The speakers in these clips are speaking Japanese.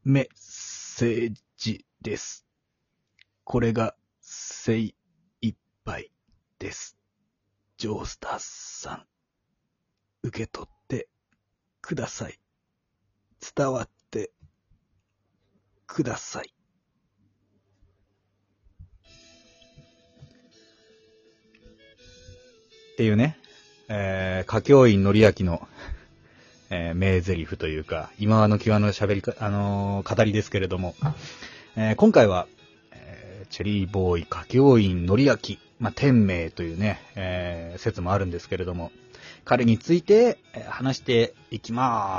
メッセージです。これが精一杯です。ジョースターさん、受け取ってください。伝わってください。っていうね、歌教員のりあきの、名台詞というか、今和の際の喋りか、語りですけれども、今回は、チェリーボーイ歌教員のりあき、天命というね、説もあるんですけれども、彼について、話していきます。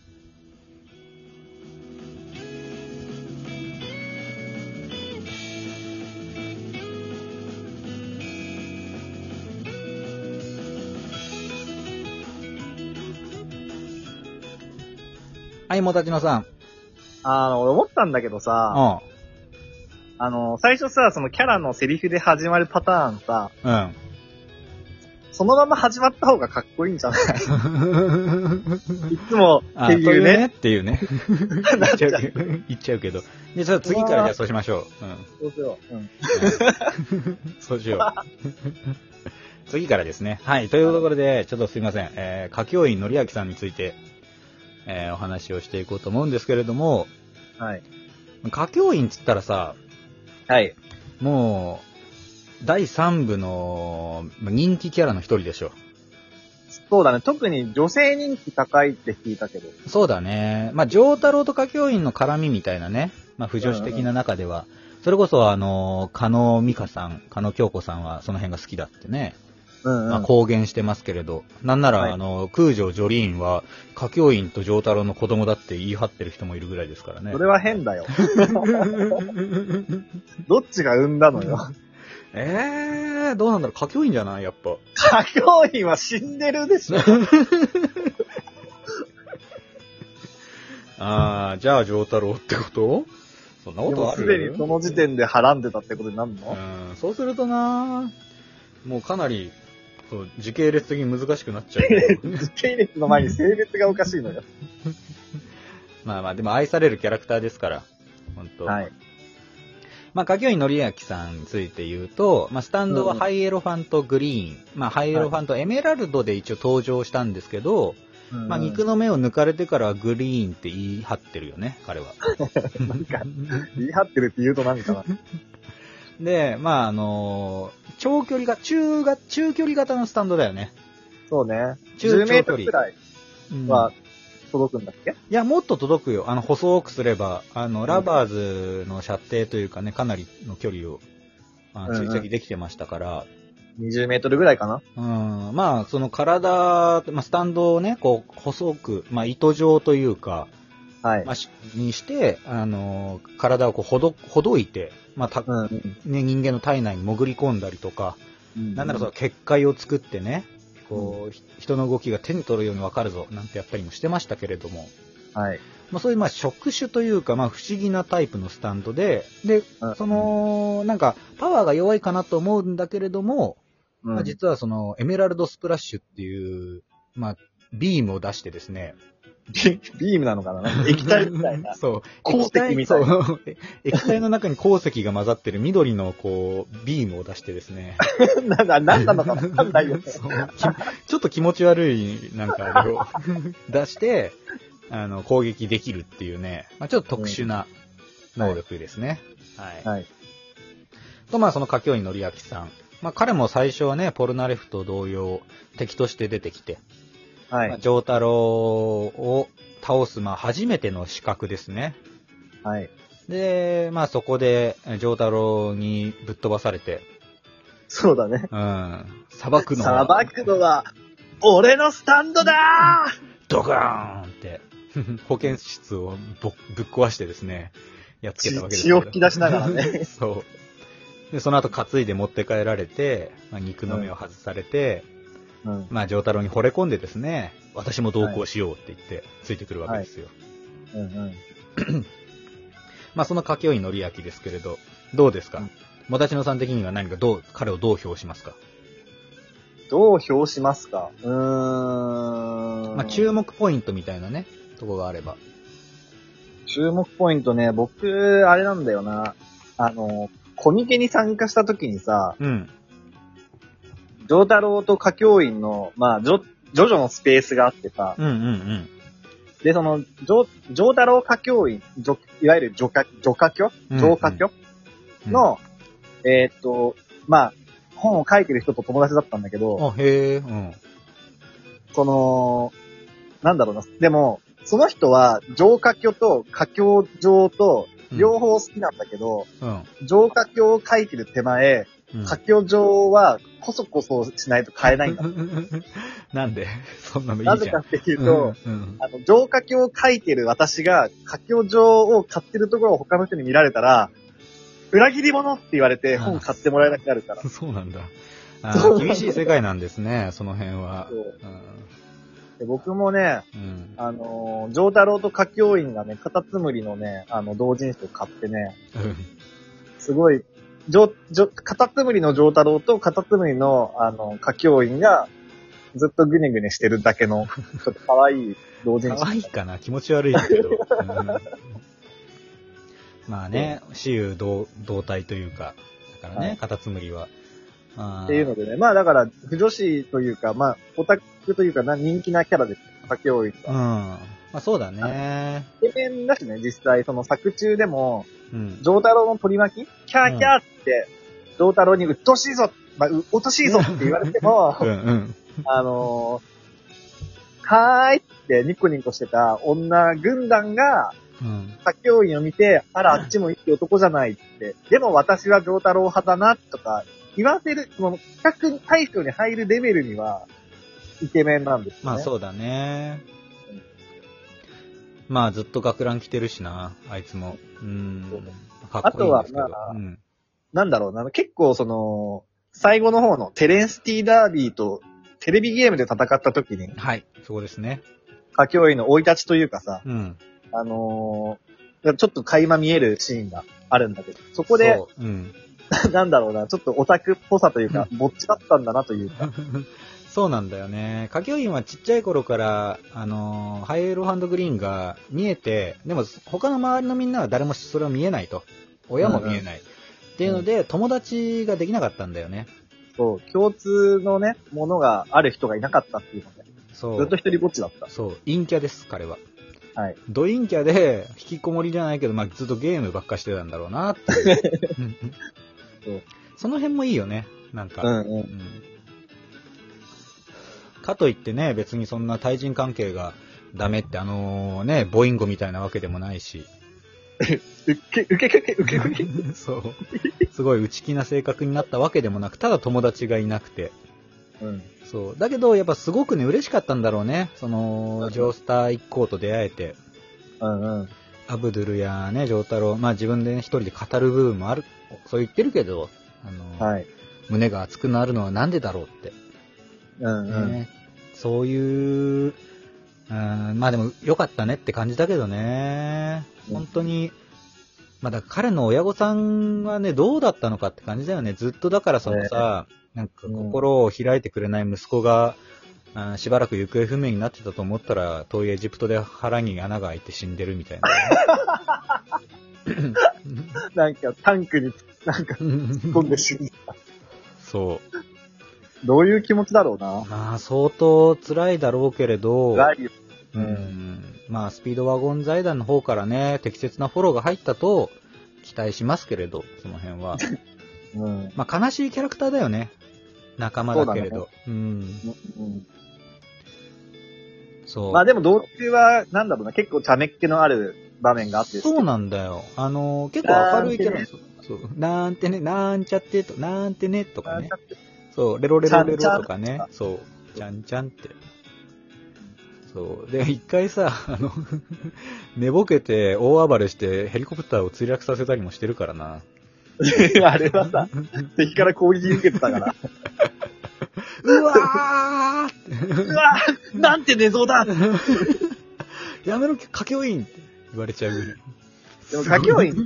はい、もたちのさん。 俺思ったんだけどさ、最初さ、そのキャラのセリフで始まるパターンさ、そのまま始まった方がかっこいいんじゃないいつもっていうね。 っていうね。言っちゃうけど。で、ちょっと次からじゃあそうしましょう。 そうしよう。 そうしよう。次からですね。はい。というところで、ちょっとすいません。歌教員のりあきさんについて、お話をしていこうと思うんですけれども、 はい。 歌教員っつったらさ、 はい。 もう、第3部の人気キャラの一人でしょ。 そうだね。特に女性人気高いって聞いたけど。 そうだね。丈太郎と歌教員の絡みみたいなね、不女子的な中では、それこそ加納美香さん、加納京子さんはその辺が好きだってね。公言してますけれど、なんなら、 はい、 空城ジョリーンは、歌教員と丈太郎の子供だって言い張ってる人もいるぐらいですからね。 それは変だよ。どっちが産んだのよ。 どうなんだろう、歌教員じゃないやっぱ。 歌教員は死んでるでしょ。 じゃあ丈太郎ってこと？そんなことある？ すでにその時点ではらんでたってことになるの？ そうするとな、もうかなり、そう時系列的に難しくなっちゃう。 時系列の前に性別がおかしいのよ。 でも愛されるキャラクターですから。本当。 はい。 歌教員のりあきさんについて言うと、スタンドはハイエロファントグリーン。ハイエロファントエメラルドで一応登場したんですけど、肉の目を抜かれてからはグリーンって言い張ってるよね、彼は。 なんか、言い張ってるって言うと何かな。 で、長距離が、中距離型のスタンドだよね。 そうね。10メートルくらいは届くんだっけ？ いや、もっと届くよ。細くすれば、ラバーズの射程というかね、かなりの距離を、追跡できてましたから。 20メートルぐらいかな？ その体、スタンドをね、こう、細く、糸状というか、 はい。 にして、体をこうほどいて、人間の体内に潜り込んだりとか、なんならその結界を作ってね、こう、人の動きが手に取るようにわかるぞ、なんてやったりもしてましたけれども、 はい。 そういう触手というか、不思議なタイプのスタンドで、その、パワーが弱いかなと思うんだけれども、実はその、エメラルドスプラッシュっていう、ビームを出してですね、 ビームなのかな？液体みたいな。 そう。 鉱石みたいな。 そう。液体の中に鉱石が混ざってる緑のこう、ビームを出してですね。 なんなのかわかんないよね。 ちょっと気持ち悪い、あれを出して、攻撃できるっていうね、ちょっと特殊な能力ですね。はい。と、その歌教員のりあきさん。彼も最初はね、ポルナレフと同様、敵として出てきて、丈太郎を倒す、初めての資格ですね。 はい。 で、そこで、丈太郎にぶっ飛ばされて。 そうだね。 裁くのは、俺のスタンドだードカーンって、保健室をぶっ壊してですね、やっつけたわけです血を吹き出しながらね。 そう。で、その後担いで持って帰られて、肉の目を外されて、丈太郎に惚れ込んでですね、私も同行しようって言ってついてくるわけですよ。その歌教員のりあきですけれど、どうですか？もたちのさん的には彼をどう評しますか？ どう評しますか？ 注目ポイントみたいなね、とこがあれば。 注目ポイントね、僕、あれなんだよな。コミケに参加した時にさ、 うん。 ジョータロウと歌教員の、まあ、ジョジョのスペースがあってさ、 うんうんうん。 で、その、ジョータロウ歌教員、いわゆるジョカ教の、まあ、本を書いてる人と友達だったんだけど、 あ、へえ、うん。 その、なんだろうな。でも、その人は、上歌教と歌教上と、両方好きなんだけど、 うん。 上歌教を書いてる手前、歌教上は、こそこそしないと買えないんだ。 なんでそんなのいいじゃん。 なぜかっていうと、上歌教を書いてる私が、歌教上を買ってるところを他の人に見られたら、裏切り者って言われて本買ってもらえなくなるから。 そうなんだ。厳しい世界なんですね、その辺は。 で僕もね、上太郎と歌教員がね、カタツムリのね、同人誌を買ってね、すごい、カタツムリの上太郎とカタツムリの、歌教員が、ずっとグネグネしてるだけの、ちょっと可愛い同人誌。 可愛いかな気持ち悪いけど。まあね、雌雄同体というか、だからね、カタツムリは。 っていうのでね、まあだから、不女子というか、まあ、オタクというか人気なキャラです。歌教員は。 まあそうだね。 イケメンだしね、実際、その作中でも、上太郎の取り巻きキャーキャーって、上太郎にうっとうしいぞ、まあ、うっとしいぞって言われても、はーいってニコニコしてた女軍団が、歌教員を見て、あら、あっちもいい男じゃないって。でも私は上太郎派だな、とか、言わせる、その企画対象に入るレベルには、イケメンなんですよね。 まあそうだね。まあずっと学ラン着てるしな、あいつも。かっこいいんですけど。 あとは、なんだろうな、結構その、最後の方のテレンスティーダービーとテレビゲームで戦った時に。 はい、そうですね。 歌教員の生い立ちというかさ、ちょっと垣間見えるシーンがあるんだけど、そこで、なんだろうな、ちょっとオタクっぽさというか、ぼっちだったんだなというか。 そうなんだよね。歌教員はちっちゃい頃から、ハイエロー&グリーンが見えて、でも他の周りのみんなは誰もそれを見えないと。親も見えない。っていうので、友達ができなかったんだよね。 そう、共通のね、ものがある人がいなかったっていうので。そう。ずっと一人ぼっちだった。 そう、陰キャです、彼は。 はい。 ド陰キャで、引きこもりじゃないけど、まあ、ずっとゲームばっかしてたんだろうなっていう。そうその辺もいいよね、なんか。かといってね、別にそんな対人関係がダメってね、ボインゴみたいなわけでもないし。 受けそう。すごい内気な性格になったわけでもなく、ただ友達がいなくて。そう。だけど、やっぱすごくね、嬉しかったんだろうね。その、ジョースター一行と出会えて。アブドゥルやね、ジョータロウ、まあ自分でね、一人で語る部分もある。そう言ってるけど、胸が熱くなるのはなんでだろうって。そういう、まあでも良かったねって感じだけどね。本当に、まあだ彼の親御さんはね、どうだったのかって感じだよね。ずっとだからそのさ、なんか心を開いてくれない息子が、しばらく行方不明になってたと思ったら、遠いエジプトで腹に穴が開いて死んでるみたいな。 なんかタンクに、なんか突っ込んで死んでた。 そう。 どういう気持ちだろうな。 まあ、相当辛いだろうけれど、 辛いよ。 まあ、スピードワゴン財団の方からね、適切なフォローが入ったと期待しますけれど、その辺は。まあ、悲しいキャラクターだよね。仲間だけれど。そう。 まあでも、道中は、なんだろうな、結構茶目っ気のある場面があって。 そうなんだよ。結構明るいキャラ。そう。なんてね、なんちゃってと、なんてね、とかね。そう、レロレロレロとかね。そう、ちゃんちゃんって。そう。で、一回さ、寝ぼけて大暴れしてヘリコプターを墜落させたりもしてるからな。 あれはさ、敵から攻撃受けてたから。 うわーうわーなんて寝相だやめろ、歌教員って言われちゃう。 でも歌教員って、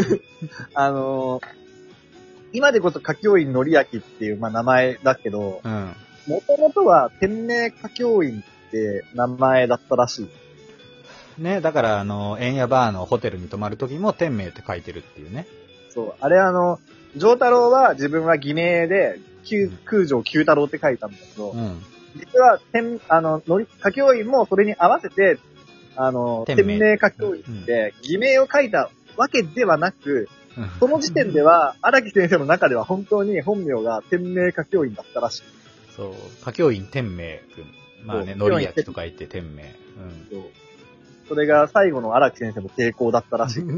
今でこそ歌教員のりやきっていう、まあ、名前だけど、もともとは天命歌教員って名前だったらしい。 ね、だから円やバーのホテルに泊まるときも天明って書いてるっていうね。 そう。あれ丈太郎は自分は偽名で、空城九太郎って書いたんだけど、うん。実は、歌教員もそれに合わせて、天明歌教員で、偽名を書いたわけではなく、その時点では、荒木先生の中では本当に本名が天明歌教員だったらしい。 そう。歌教員天明くん。まあね、のりやきと書いて天明。うん。 そう。それが最後の荒木先生の抵抗だったらしい。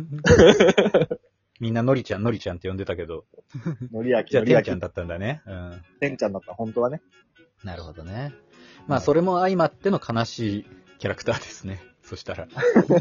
みんなのりちゃんって呼んでたけど。 のりやき。 じゃあ、てんちゃんだったんだね。うん。 てんちゃんだった、本当はね。 なるほどね。まあ、それも相まっての悲しいキャラクターですね。そしたら。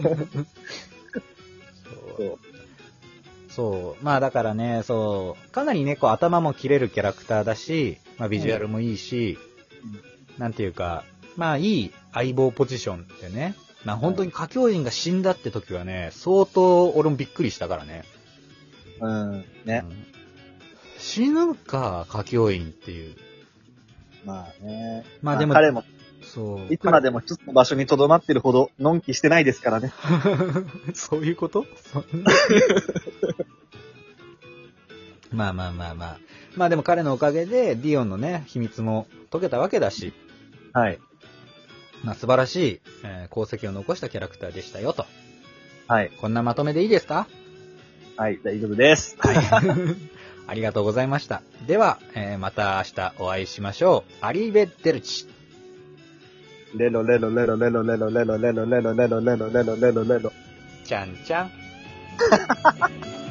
そう。まあだからね、そう。かなりね、こう頭も切れるキャラクターだし、まあビジュアルもいいし、なんていうか、まあいい相棒ポジションってね。まあ本当に歌教員が死んだって時はね、相当俺もびっくりしたからね。 ね。 死ぬか、歌教員っていう。 まあね。 まあでも、 彼も、 そう。 いつまでも一つの場所に留まってるほど、のんきしてないですからね。 そういうことまあ。まあでも彼のおかげで、ディオンのね、秘密も解けたわけだし。 はい。 まあ素晴らしい、功績を残したキャラクターでしたよと。 はい。 こんなまとめでいいですか？ はい、大丈夫です。はい。 ありがとうございました。では、また明日お会いしましょう。アリーベッデルチ。 レロレロレロレロレロレロレロレロレロレロレロレロレロ。 ちゃんちゃん。